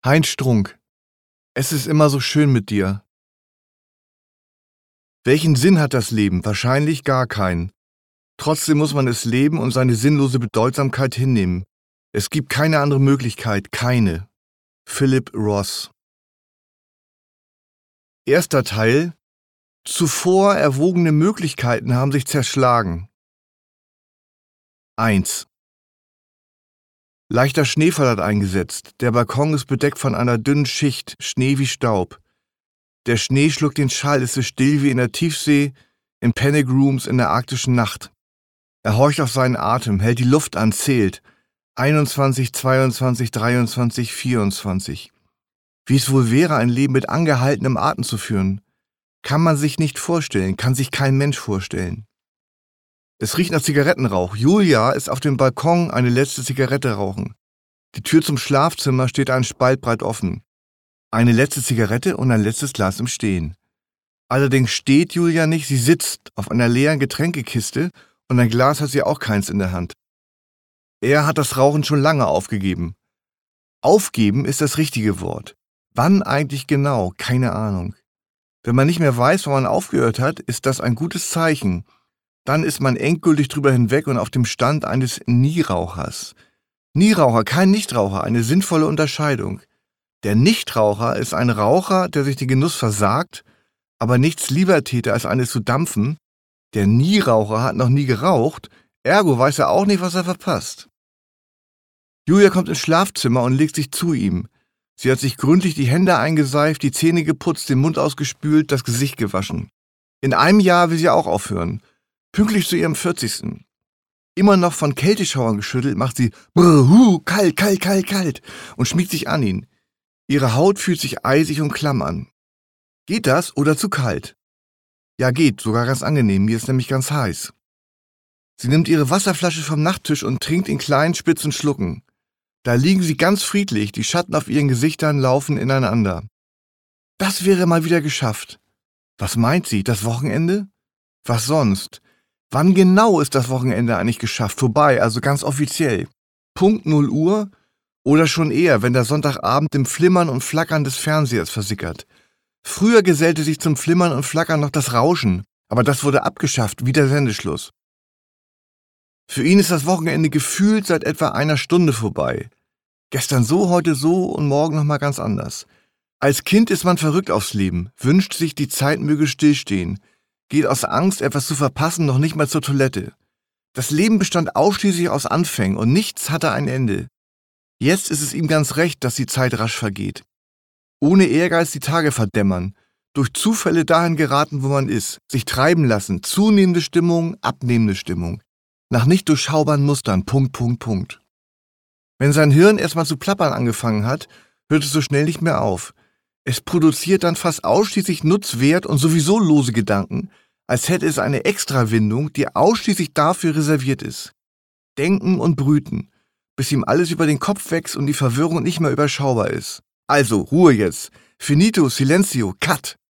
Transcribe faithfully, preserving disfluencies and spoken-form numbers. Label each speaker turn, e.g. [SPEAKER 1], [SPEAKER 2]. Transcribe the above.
[SPEAKER 1] Heinz Strunk, es ist immer so schön mit dir. Welchen Sinn hat das Leben? Wahrscheinlich gar keinen. Trotzdem muss man es leben und seine sinnlose Bedeutsamkeit hinnehmen. Es gibt keine andere Möglichkeit, keine. Philip Ross. Erster Teil. Zuvor erwogene Möglichkeiten haben sich zerschlagen. eins. Leichter Schneefall hat eingesetzt. Der Balkon ist bedeckt von einer dünnen Schicht, Schnee wie Staub. Der Schnee schluckt den Schall, es ist still wie in der Tiefsee, in Panic Rooms in der arktischen Nacht. Er horcht auf seinen Atem, hält die Luft an, zählt. einundzwanzig, zweiundzwanzig, dreiundzwanzig, vierundzwanzig. Wie es wohl wäre, ein Leben mit angehaltenem Atem zu führen. Kann man sich nicht vorstellen, kann sich kein Mensch vorstellen. Es riecht nach Zigarettenrauch. Julia ist auf dem Balkon eine letzte Zigarette rauchen. Die Tür zum Schlafzimmer steht einen Spalt breit offen. Eine letzte Zigarette und ein letztes Glas im Stehen. Allerdings steht Julia nicht, sie sitzt auf einer leeren Getränkekiste und ein Glas hat sie auch keins in der Hand. Er hat das Rauchen schon lange aufgegeben. Aufgeben ist das richtige Wort. Wann eigentlich genau? Keine Ahnung. Wenn man nicht mehr weiß, wann man aufgehört hat, ist das ein gutes Zeichen. Dann ist man endgültig drüber hinweg und auf dem Stand eines Nierauchers. Nieraucher, kein Nichtraucher, eine sinnvolle Unterscheidung. Der Nichtraucher ist ein Raucher, der sich den Genuss versagt, aber nichts lieber täte, als eines zu dampfen. Der Nieraucher hat noch nie geraucht, ergo weiß er auch nicht, was er verpasst. Julia kommt ins Schlafzimmer und legt sich zu ihm. Sie hat sich gründlich die Hände eingeseift, die Zähne geputzt, den Mund ausgespült, das Gesicht gewaschen. In einem Jahr will sie auch aufhören. Pünktlich zu ihrem vierzigsten Immer noch von Kälteschauern geschüttelt, macht sie brr, hu, kalt, kalt, kalt, kalt und schmiegt sich an ihn. Ihre Haut fühlt sich eisig und klamm an. Geht das oder zu kalt? Ja, geht, sogar ganz angenehm, mir ist nämlich ganz heiß. Sie nimmt ihre Wasserflasche vom Nachttisch und trinkt in kleinen, spitzen Schlucken. Da liegen sie ganz friedlich, die Schatten auf ihren Gesichtern laufen ineinander. Das wäre mal wieder geschafft. Was meint sie, das Wochenende? Was sonst? Wann genau ist das Wochenende eigentlich geschafft? Vorbei, also ganz offiziell. Punkt null Uhr oder schon eher, wenn der Sonntagabend im Flimmern und Flackern des Fernsehers versickert. Früher gesellte sich zum Flimmern und Flackern noch das Rauschen, aber das wurde abgeschafft, wie der Sendeschluss. Für ihn ist das Wochenende gefühlt seit etwa einer Stunde vorbei. Gestern so, heute so und morgen nochmal ganz anders. Als Kind ist man verrückt aufs Leben, wünscht sich, die Zeit möge stillstehen, geht aus Angst, etwas zu verpassen, noch nicht mal zur Toilette. Das Leben bestand ausschließlich aus Anfängen und nichts hatte ein Ende. Jetzt ist es ihm ganz recht, dass die Zeit rasch vergeht. Ohne Ehrgeiz die Tage verdämmern, durch Zufälle dahin geraten, wo man ist, sich treiben lassen, zunehmende Stimmung, abnehmende Stimmung. Nach nicht durchschaubaren Mustern, Punkt, Punkt, Punkt. Wenn sein Hirn erstmal zu plappern angefangen hat, hört es so schnell nicht mehr auf. Es produziert dann fast ausschließlich Nutzwert und sowieso lose Gedanken, als hätte es eine Extrawindung, die ausschließlich dafür reserviert ist. Denken und brüten, bis ihm alles über den Kopf wächst und die Verwirrung nicht mehr überschaubar ist. Also, Ruhe jetzt. Finito, Silenzio, Cut.